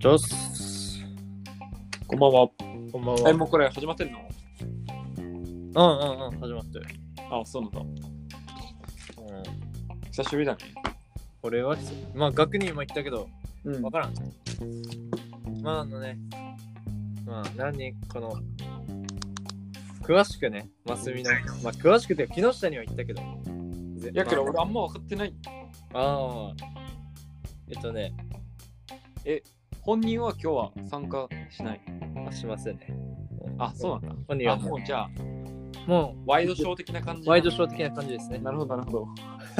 ちはっす。 こんばんは。 こんばんは。 もうこれ始まってるの？ 始まってる。 あ、そうなんだ。 うん。 久しぶりだね。 これは、まあ、学に今言ったけど、 うんわからん。まあ、詳しくね、マスミの、まあ、詳しくて、木下には言ったけど。 やけど俺あんま分かってない。本人は今日は参加しない。 しますよね。 あ、そうなんだ。 本人はもうじゃあ、 もワイドショー的な感じ。 ワイドショー的な感じですね。 なるほど、なるほど。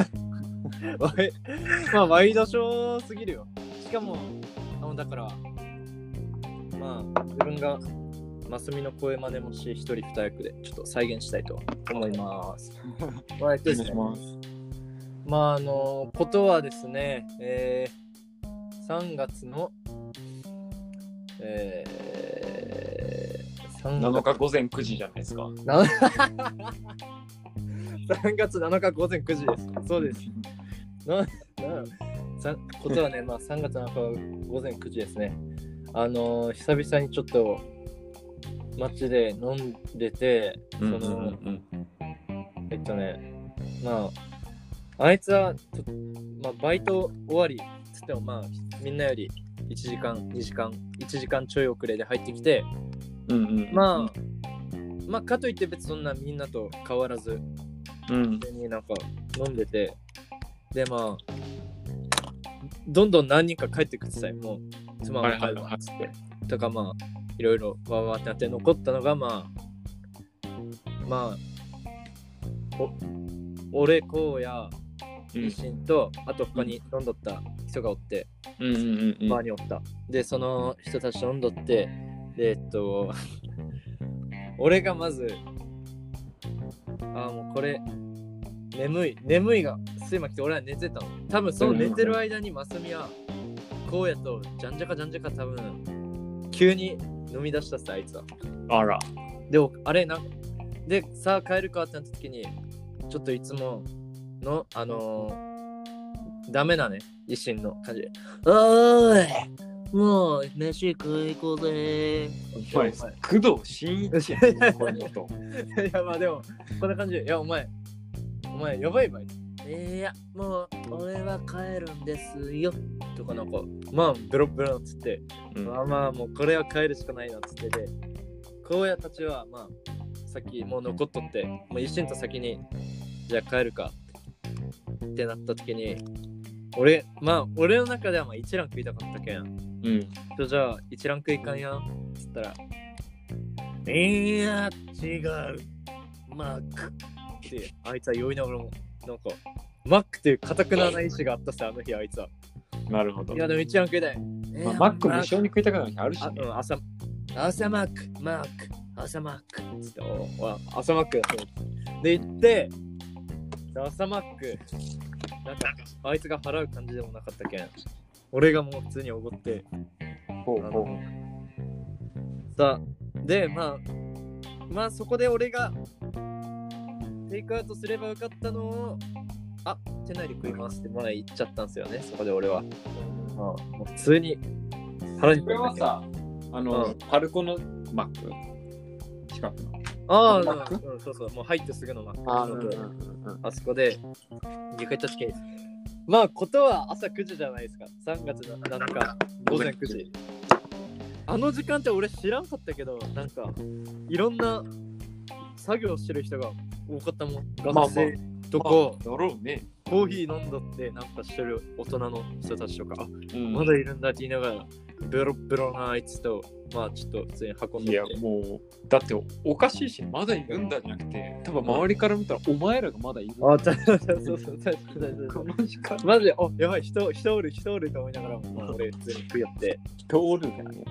まあ、ワイドショーすぎるよ。しかも、だから、まあ、自分がマスミの声真似もし、一人二役でちょっと再現したいと思います。 お願いします。 まあ、ことはですね、3月の、 7日午前9時じゃないですか。 3月7日午前9時です。そうです。ことはね、まあ3月7日午前9時ですね。久々にちょっと街で飲んでて、まあ、あいつはまあ、バイト終わりつってもまあ、みんなより1時間、2時間、1時間ちょい遅れで入ってきて、まあ、かといって別にそんなみんなと変わらず、になんか飲んでて、でまあ、どんどん何人か帰ってくってさい、もう妻も帰るわっつって、とかまあ、いろいろわーわーってなって残ったのがまあ、俺、こうや、維新と、あと他に飲んどった人がおって、バーにおった。で、その人たちと飲んどって、で、俺がまず、もうこれ、眠いが、睡魔来て俺は寝てたの。多分その寝てる間にマスミは、こうやと、じゃんじゃか多分、急に飲み出したさ、あいつは。 あら。 で、あれで、さあ帰るかってなった時に、ちょっといつもの、ダメなね、維新の感じで。おーいもう、飯食い行こうぜお前、工藤新一やん、これのと。 いや、まあでも、こんな感じで。いや、お前、やばいばい。いや、もう、俺は帰るんですよ。とかなんか、まあ、ベロベロっつって、まあ、もうこれは帰るしかないなっつってで、荒野たちは、まあ、さっきもう残っとって、もう一瞬と先に、じゃあ帰るかってなった時に、俺の中ではまあ一蘭食いたかったけん。じゃあ一蘭食いかんやんっつったら、いや違うマックってあいつは酔いながらもなんかマックっていう固くなない意志があったさ、あの日あいつは。 なるほど。 いやでも一蘭食いたい。 マック無償に食いたくない日あるしね。 朝マック朝マックつって朝マックだとで行って朝マックなんかあいつが払う感じでもなかったけん、俺がもう普通におごって、さでまあそこで俺がテイクアウトすればよかったのを店内で食いますってまだ言っちゃったんですよね。そこで俺はもう普通に腹にこれはさ、パルコのマック近くのそうもう入ってすぐのマックあそこで床行った時にまあことは朝9時じゃないですか。3月7日午前9時。あの時間って俺知らんかったけど、なんかいろんな作業してる人が多かったもん。学生とか、 だろうね。 コーヒー飲んどってなんかしてる大人の人たちとか、まだいるんだって言いながらベロベロなあいつとまあちょっと普通に運んでて。 いやもうだっておかしいし、まだいるんだじゃなくて、多分周りから見たらお前らがまだいる。 そうこの時間マジでやばい人おると思いながらも俺普通に食いよって人おるんだね。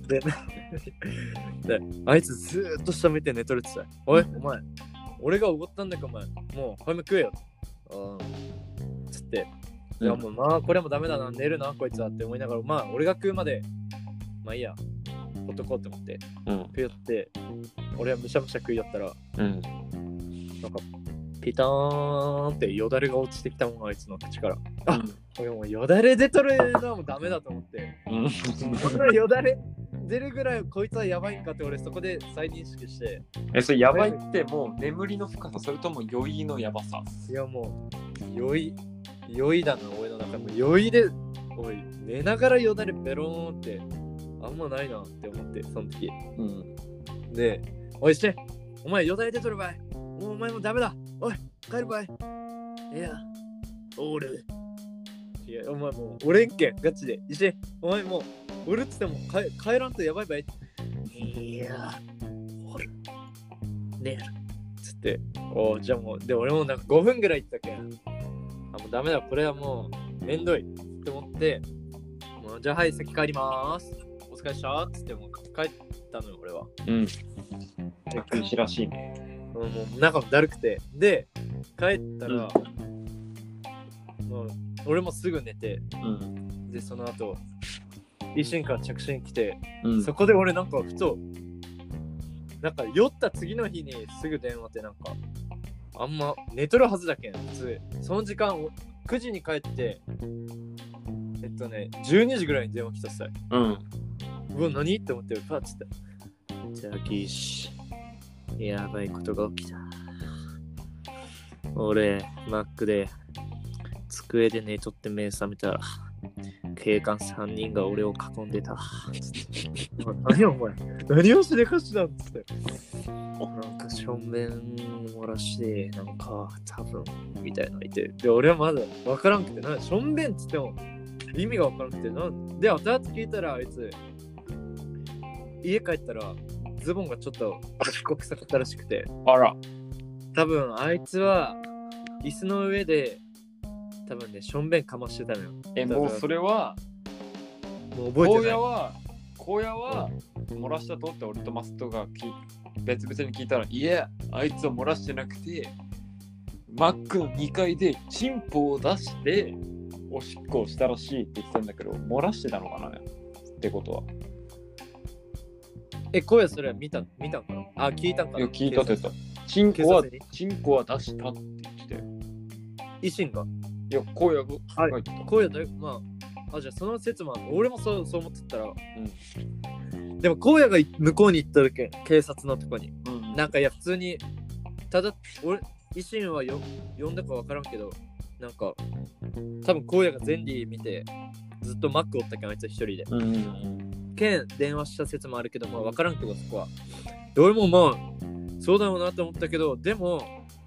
であいつずーっと下見て寝とるってさ、お前俺がおごったんだかお前もう早め食えよつって、いやもうまあこれもダメだな、寝るなこいつはって思いながら、まあ俺が食うまでまあいいやほっとこうって思って食いよって、俺はむしゃむしゃ食いよったら、なんかピターンってよだれが落ちてきたもん、あいつの口から。あ、 うんこれもうよだれ出とるのはもうダメだと思って。こんなよだれ出るぐらいこいつはやばいんかって俺そこで再認識して。 それやばいってもう眠りの深さ、それとも酔いのやばさ？ いやもう酔いだな、俺の中も酔いで、おい、寝ながらよだれベローンってあんまないなって思って、その時。で、おいして、お前よだれ出とるばい。もうお前もダメだ。おい、帰るばい。いや、俺。いや、お前もう、俺んけん、ガチで。石、お前もう、俺っつっても帰らんとやばいばい。いや、俺、寝る。つって、じゃあもう、で、俺もなんか5分ぐらい行ったけん。あ、もうダメだ、これはもう、めんどい。って思って、もうじゃあはい、先帰りまーす。お疲れっしたっつってもう帰ったのよ、俺は。 苦しらしいね。 もう中もだるくて。で、帰ったら、もう俺もすぐ寝て、で、その後、一瞬から着信来て、そこで俺なんかふと、なんか酔った次の日にすぐ電話ってなんか、あんま寝とるはずだけん、普通。その時間、9時に帰って、12時ぐらいに電話来たっすよ。うわ、何って思ってパッつって。じゃあ、キシ。やばいことが起きた。俺、マックで、机で寝とって目覚めたら、警官3人が俺を囲んでた。何お前、何をしでかしたんつって。なんか、しょんべん漏らして、なんか、多分、みたいなのいて。で、俺はまだ分からんくて、しょんべんつっても、意味が分からなくて、で、後々聞いたら、あいつ、家帰ったら、ズボンがちょっと賢くさかったらしくて、 あら、 多分あいつは椅子の上で多分ねしょんべんかましてたのよ。 もうそれはもう覚えてない。 荒野は漏らしたとって俺とマストが別々に聞いたら、いやあいつは漏らしてなくてマックの2階でチンポを出しておしっこをしたらしいって言ってたんだけど、漏らしてたのかなってことは。 声それは見たんかな。あ、聞いたんかな。 いや、聞いたって言った。チンコは出したって言って。 維新が。 いや、荒野が。 荒野だよ。まあ、じゃあその説もある。俺もそう思ってたら。でも荒野が向こうに行った時、警察のとこに。なんかいや、普通に、ただ、俺、維新は呼んだか分からんけど、なんか、多分荒野がゼンリー見て、ずっとマックおったけん、あいつ一人で。電話した説もあるけど、まあ分からんけど、そこは。で、俺もまあ、そうだろうなと思ったけど、でも、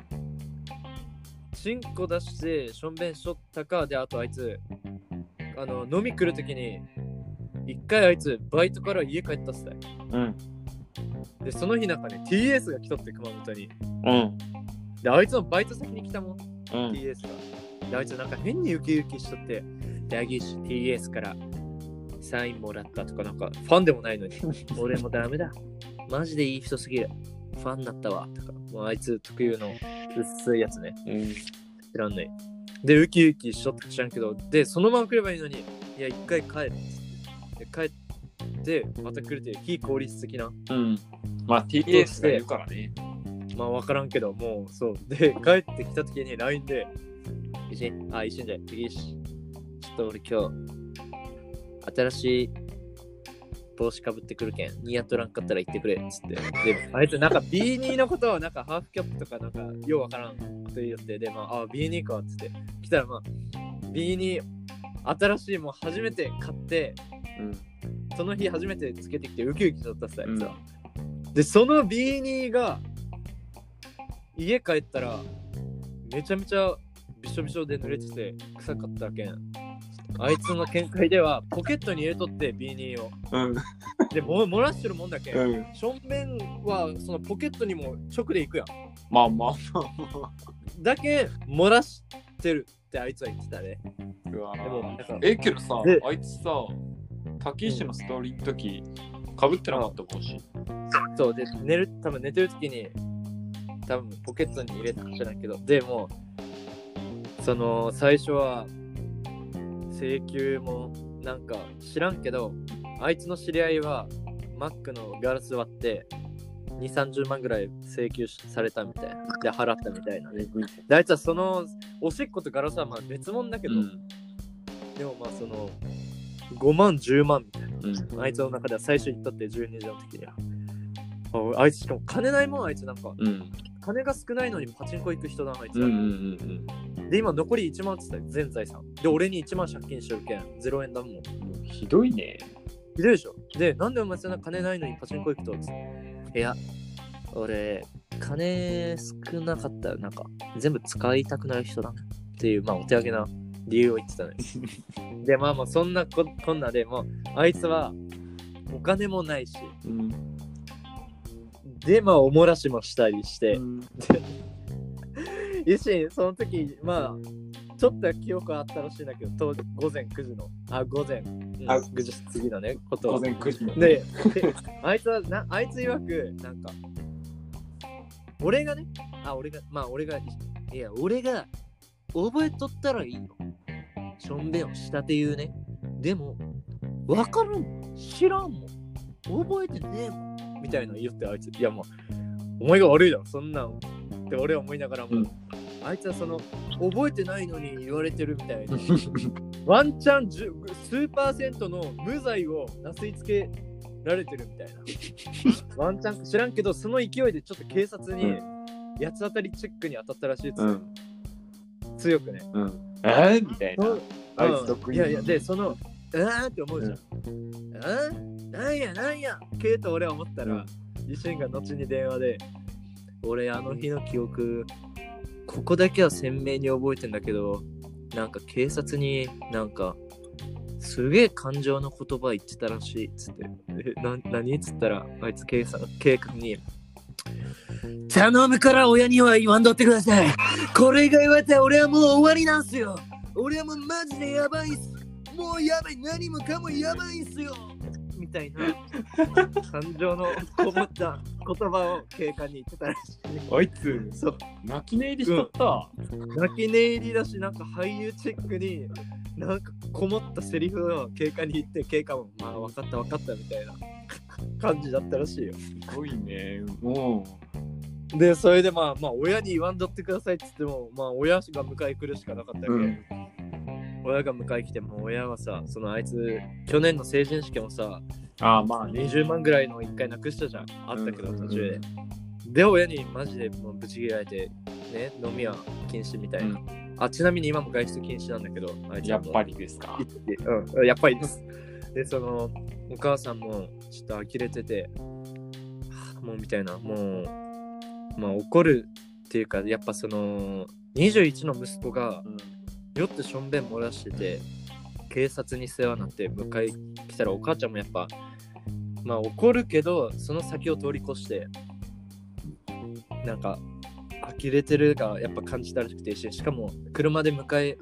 チンコ出して、しょんべんしとったか、で、あとあいつ、飲み来るときに、一回あいつ、バイトから家帰ったっすね。で、その日なんかね、TS が来とって、熊本に。で、あいつのバイト先に来たもん、TS が。で、あいつなんか変にウキウキしとって、ダギッシュ TS から、サインもらったとかなんかファンでもないのに俺もダメだマジでいい人すぎるファンだったわとかもうあいつ特有の薄いやつね、知らんねでウキウキしとって知らんけどでそのまま来ればいいのにいや一回帰るっつって帰ってまた来るっていう非効率的なまあ TS がいるからねまあ分からんけどもうそうで帰ってきた時に LINE で一瞬じゃないちょっと俺今日新しい帽子かぶってくるけん似合っとらんかったら言ってくれっつってであいつなんか B2 のことはなんかハーフキャップとかなんかようわからんこと言ってでまあB2 かっつって来たらまあ B2 新しいもん初めて買って、その日初めてつけてきてウキウキしとったっすやつは、でその B2 が家帰ったらめちゃめちゃびしょびしょで濡れてて臭かったけんあいつの見解ではポケットに入れとって B2 を、でも漏らしてるもんだけ、しょんべんはそのポケットにも直で行くやん。 まあだけ漏らしてるってあいつは言ってたね。 うわでもけどさあいつさ滝石のストーリーの時かぶってなかった帽子。 そうで多分寝てる時に多分ポケットに入れたか知らんけどでもその最初は請求もなんか知らんけどあいつの知り合いはマックのガラス割って 2、30万ぐらい請求されたみたいな。で、払ったみたいなね。で、あいつはその、おしっことガラスはまあ別物だけど、でもまあその、5万、10万みたいな。あいつの中では最初言ったって12時の時には。あいつしかも金ないもん、あいつなんか。金が少ないのにパチンコ行く人だな、あいつは。で、今残り1万って言ったら全財産。で、俺に1万借金しよるけん、0円だもん。 ひどいね。 ひどいでしょ。で、なんでお前そんな金ないのにパチンコ行くと？いや、俺、金少なかったらなんか全部使いたくなる人だなっていう、まあお手上げな理由を言ってたね。で、まあまあそんなこんなでもう、あいつはお金もないし、で、まあおもらしもしたりして、一心、その時、まあ、ちょっと記憶はあったらしいんだけど、午前9時の、午前9時過ぎのね、こと。 午前9時の。 で、あいつ曰く、なんか、俺が、いや、俺が覚えとったらいいよ。しょんべんをしたっていうね。でも、わからん、知らんもん。覚えてねえもん。みたいなの言って、あいつ、いやもう、お前が悪いだろ、そんなんって俺は思いながらも、あいつはその覚えてないのに言われてるみたいなワンチャン数パーセントの無罪をなすりつけられてるみたいなワンチャン知らんけど、その勢いでちょっと警察に八つ当たりチェックに当たったらしいです、強くね、 みたいな、あいつ得意。 いやいや、でそのって思うじゃん、なんやケイと俺は思ったら、維新が後に電話で、俺あの日の記憶ここだけは鮮明に覚えてんだけど、なんか警察になんかすげえ感情の言葉言ってたらしいっつって、何っつったら、あいつ警官に、頼むから親には言わんとってください。これが言われたら俺はもう終わりなんすよ。俺はもうマジでやばいっす。もうやばい、何もかもやばいっすよ。みたいな感情のこもった言葉を警官に言ってたらしい。 あいつ、そう、泣き寝入りしとった。 泣き寝入りだし、なんか俳優チェックになんかこもったセリフを警官に言って、警官もまあ分かったみたいな感じだったらしいよ。 すごいね、もう。で、それでまあ親に言わんとってくださいって言っても、まあ親が迎え来るしかなかったけど、親が迎え来ても、親はさ、そのあいつ去年の成人式もさ、 まあね、 20万ぐらいの1回なくしたじゃん、あったけど途中で。で、親にマジでもうブチ切られて、ね、飲みは禁止みたいな。ちなみに今も外出禁止なんだけど、あいつやっぱりですか。 やっぱりです。で、そのお母さんもちょっと呆れてて、もうみたいな、もうまあ怒るっていうか、やっぱその21の息子が酔ってしょんべん漏らしてて、警察に世話になって迎え来たら、お母ちゃんもやっぱまあ怒るけど、その先を通り越してなんか呆れてるがやっぱ感じたらしくて、しかも車で迎え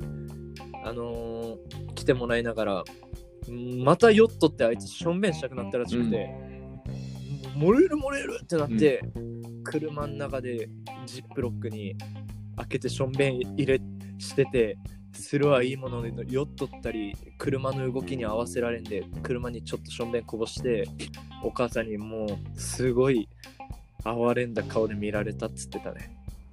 来てもらいながら、また酔っとって、あいつしょんべんしたくなったらしくて、漏れるってなって、車の中でジップロックに開けてしょんべん入れしてて、するはいいもので酔っとったり、車の動きに合わせられんで、車にちょっとしょんべんこぼして、お母さんにもうすごい哀れんだ顔で見られたっつってたね。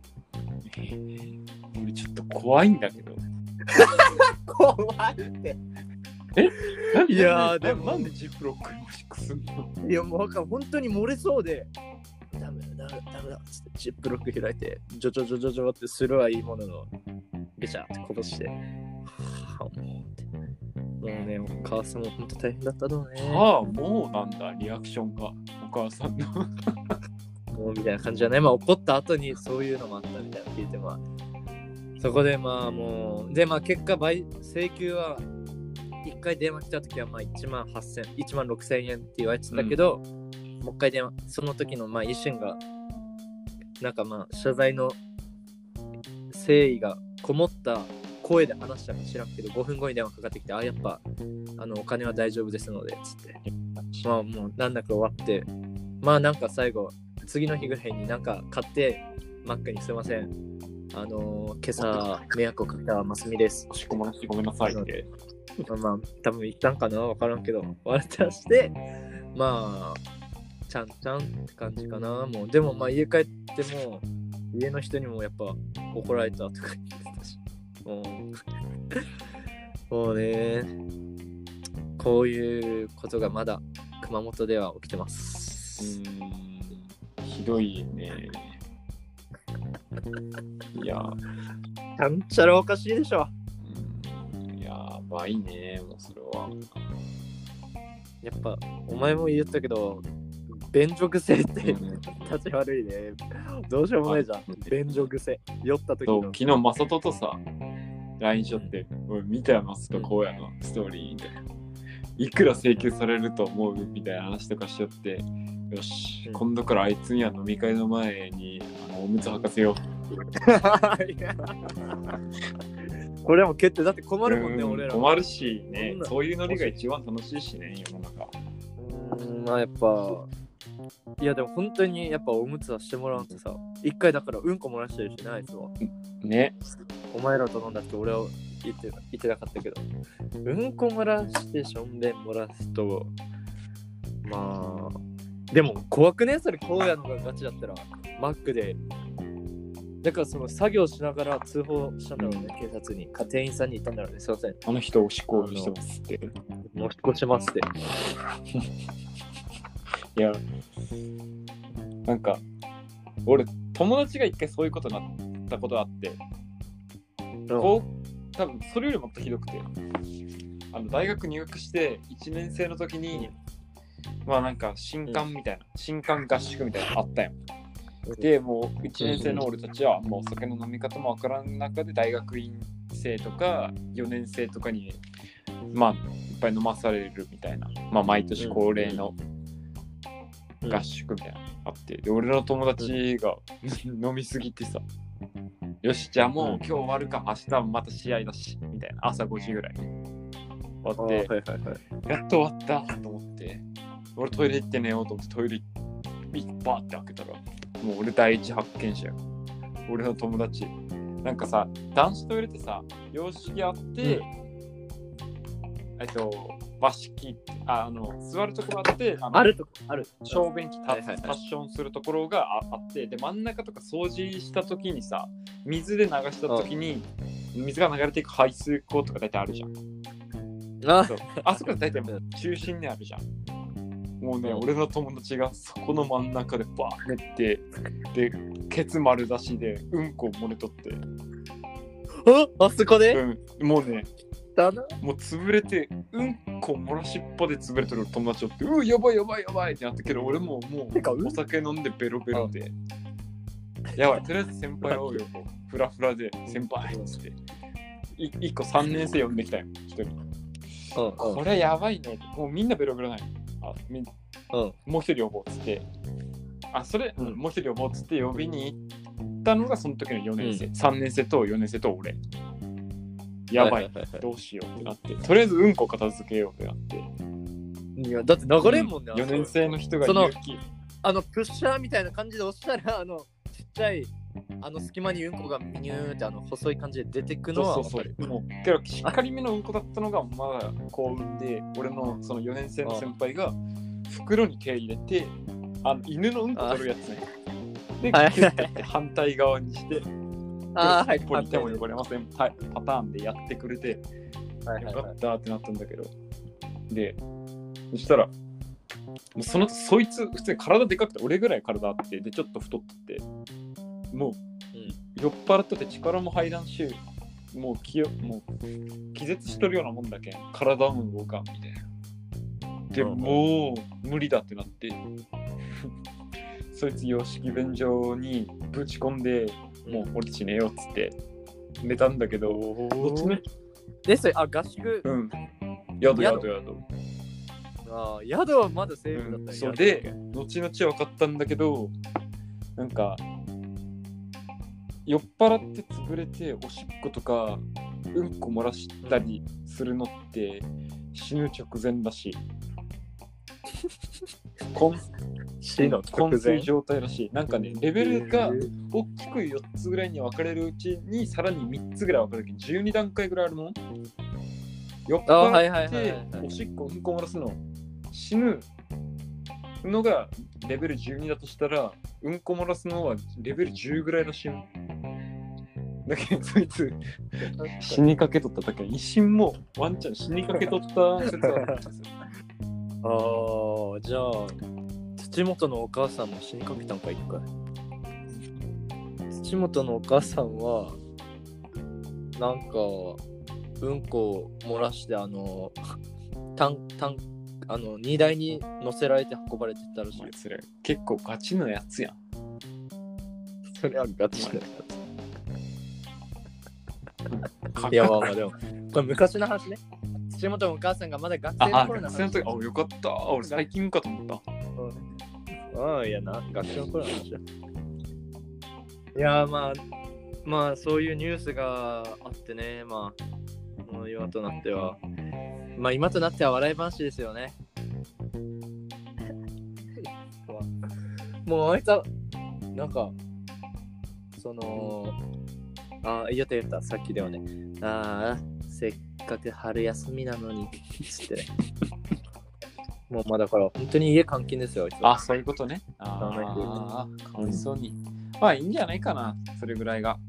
俺ちょっと怖いんだけど。 怖いって。 いやー、でもなんでジップロックにもしくすんの？ いやもう本当に漏れそうで、ダメだっつってジップロック開いて、ジョってするはいいものの、ベチャーってこぼして、もうね、お母さんも本当大変だったろうね。 もうなんだ、リアクションがお母さんのもうみたいな感じじゃない。まあ怒った後にそういうのもあったみたいな聞いて、まあそこでまあもうで、まあ結果請求は1回電話来た時はまあ1万6000円って言われてたけど、もう一回電話、その時のまあ一瞬がなんかまあ謝罪の誠意がこもった声で話したか知らんけど、5分後に電話かかってきて、やっぱお金は大丈夫ですのでつって、まあもう難なく終わって、まあなんか最後次の日ぐらいになんか買って、マックにすいません、今朝迷惑をかけたマスミです、 仕込まなしてごめんなさいって、 まあ多分言ったんかな、分からんけど渡して、まあちゃんちゃんって感じかな。もうでもまあ家帰っても家の人にもやっぱ怒られたとか言ってたし、もうね、こういうことがまだ熊本では起きてます。 ひどいね。いや、 ちゃんちゃらおかしいでしょ。 やばいね、もうそれは。 やっぱお前も言ったけど便所癖って立ち悪いね。どうしようもないじゃん。便所癖。酔った時の。 昨日マサトとさ LINE しよって、おい見たよマサトこうやのストーリーみたいな。いくら請求されると思うみたいな話とかしよって、よし、今度からあいつには飲み会の前におむつ履かせよう。 これはもう決定だって困るもんね、俺ら。 困るしね、そういうノリが一番楽しいしね、世の中。 まあやっぱ、いやでも本当にやっぱおむつはしてもらうとさ、一回だからうんこ漏らしてるしね、あいつは。 ね。 お前らと飲んだって俺は言ってなかったけど、うんこ漏らしてしょんべん漏らすと、まあ、でも怖くね、それこうやのがガチだったら、マックで。だからその作業しながら通報したんだろうね、警察に。店員さんに言ったんだろうね、すいません。 あの人おしっこしてますって。 おしっこしますって。 いや、なんか、俺、友達が一回そういうことになったことがあって、多分それよりもっとひどくて、大学入学して1年生の時に、まあなんか新歓みたいな、新歓合宿みたいなのあったよ。で、もう1年生の俺たちはもうお酒の飲み方もわからん中で大学院生とか4年生とかにまあいっぱい飲まされるみたいな、まあ毎年恒例の合宿みたいなのあって、で俺の友達が飲みすぎてさ、よしじゃあもう今日終わるか、明日もまた試合だしみたいな、朝5時ぐらい終わって、やっと終わったと思って、俺トイレ行って寝ようと思ってトイレバーって開けたら、もう俺第一発見者よ。俺の友達。なんかさ、男子トイレってさ、洋式あって、和式、座るところあって、 あるとこある。 小便器タッションするところがあって、で、真ん中とか掃除したときにさ、水で流したときに、水が流れていく排水口とか大体あるじゃん。あそこ大体中心にあるじゃん。もうね、俺の友達がそこの真ん中でバーって、で、ケツ丸出しでうんこ漏れとって。 あそこで、 もうね、 だな、 もう潰れて、うんこ漏らしっぱで潰れてる友達おって、やばいやばいやばいってなったけど、俺ももうお酒飲んでベロベロで、やばい、とりあえず先輩をよ、フラフラで先輩っつって、1個3年生呼んできたよ、1人。これやばいね、もうみんなベロベロない。もう一人呼ぼうっつって、もう一人呼ぼうっつって呼びに行ったのがその時の4年生、3年生と4年生と俺。やばい、どうしようってなって、とりあえずうんこ片付けようってなって。 いや、だって流れんもんね。 4年生の人が勇気。 プッシャーみたいな感じで押したら、ちっちゃい隙間にうんこがミニューって細い感じで出てくのはそうもうけどしっかりめのうんこだったのがまだ幸運で、俺のその4年生の先輩が袋に手入れて、犬のうんこ取るやつね。で、キュッてやって反対側にして、ここに手も汚れませんパターンでやってくれて、よかったってなったんだけど、で、そしたら、もうそいつ普通に体でかくて、俺ぐらい体あって、でちょっと太ってて、もう、酔っ払ってて力も入らんし、もう気絶しとるようなもんだけん、体も動かんみたいな。でもう無理だってなってそいつ洋式便所にぶち込んで、もう俺たち寝ようっつって寝たんだけど、 で、それ合宿、 宿はまだセーフだったそれで後々分かったんだけど、なんか酔っ払って潰れておしっことかうんこ漏らしたりするのって死ぬ直前だし昏睡状態らしい。なんかね、レベルが大きく4つぐらいに分かれるうちにさらに3つぐらい分かるけど12段階ぐらいあるの。酔っ払っておしっこうんこ漏らすの死ぬのがレベル12だとしたら、うんこ漏らすのはレベル10ぐらいらしいの。だけどそいつ死にかけとっただけ一瞬もうワンちゃん死にかけとった説あるんですよ。 ああ、じゃあ土本のお母さんも死にかけたんか一回。土本のお母さんはなんかうんこを漏らして荷台に乗せられて運ばれてったらしいよ。 それ結構ガチのやつやん。 それはガチだよ。いやまあでもこれ昔の話ね。土本のお母さんがまだ学生の頃の話。 学生の時、よかった。俺最近かと思った。 いやな、学生の頃の話だ。いやまあそういうニュースがあってね、もう今となっては笑い話ですよね。もうあいつはなんか言ったさっきではね、せっかく春休みなのにつってね。もうだから本当に家監禁ですよ。 そういうことね。かわいそうに。いいんじゃないかな、それぐらいが。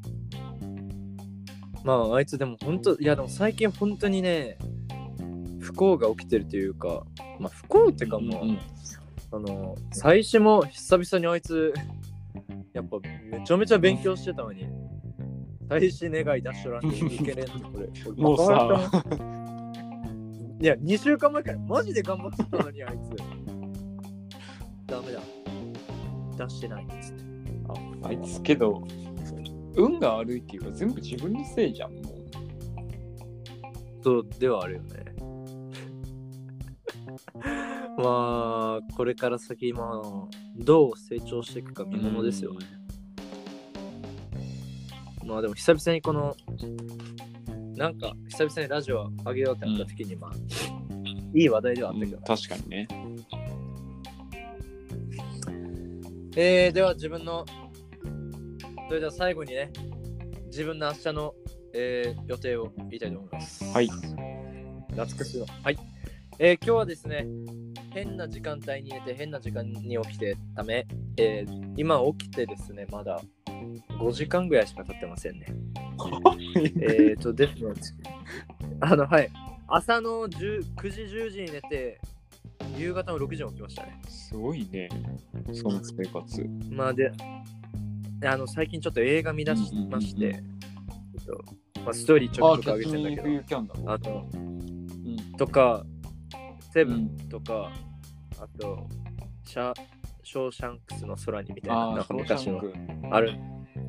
あいつでも本当、でも最近本当にね、不幸が起きてるというか、不幸っていうか最初も久々にあいつやっぱめちゃめちゃ勉強してたのに、最初願い出しとらんでいけねえってこれ。 もうさ、 いや2週間前からマジで頑張ってたのにあいつダメだ出してないっつって。 あいつけど運が悪いっていうか全部自分のせいじゃん。もうそうではあるよね。これから先どう成長していくか見ものですよね。でも久々に久々にラジオ上げようってなった時にいい話題ではあったけど、 確かにね。 ではそれでは最後にね、自分の明日の、予定を言いたいと思います。 はい。 懐かしいの。はい。今日はですね、変な時間帯に寝て変な時間に起きてため、今起きてですね、まだ5時間ぐらいしか経ってませんね。ですので、はい。朝の9時10時に寝て、夕方の6時に起きましたね。 すごいね、その生活。 最近ちょっと映画見出しまして、ストーリーちょっと上げてんだけど、とか、セブンとか、あと、ショーシャンクスの空にみたいな、なんか昔のある。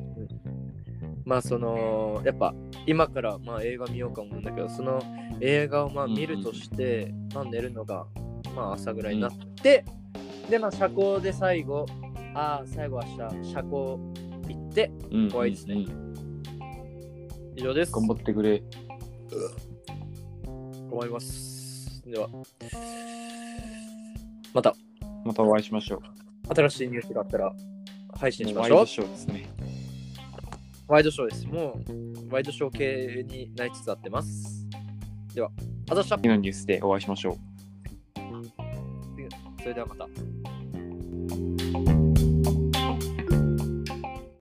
やっぱ今から映画見ようか思うんだけど、その映画を見るとして、寝るのが朝ぐらいになって、で社交で最後は明日社交行って終わりですね。以上です。 頑張ってくれ。 終わります。ではまたお会いしましょう。 新しいニュースがあったら配信しましょう。 ワイドショーですね。 ワイドショーです。もうワイドショー系になりつつあってます。では、 次のニュースでお会いしましょう。 それではまた。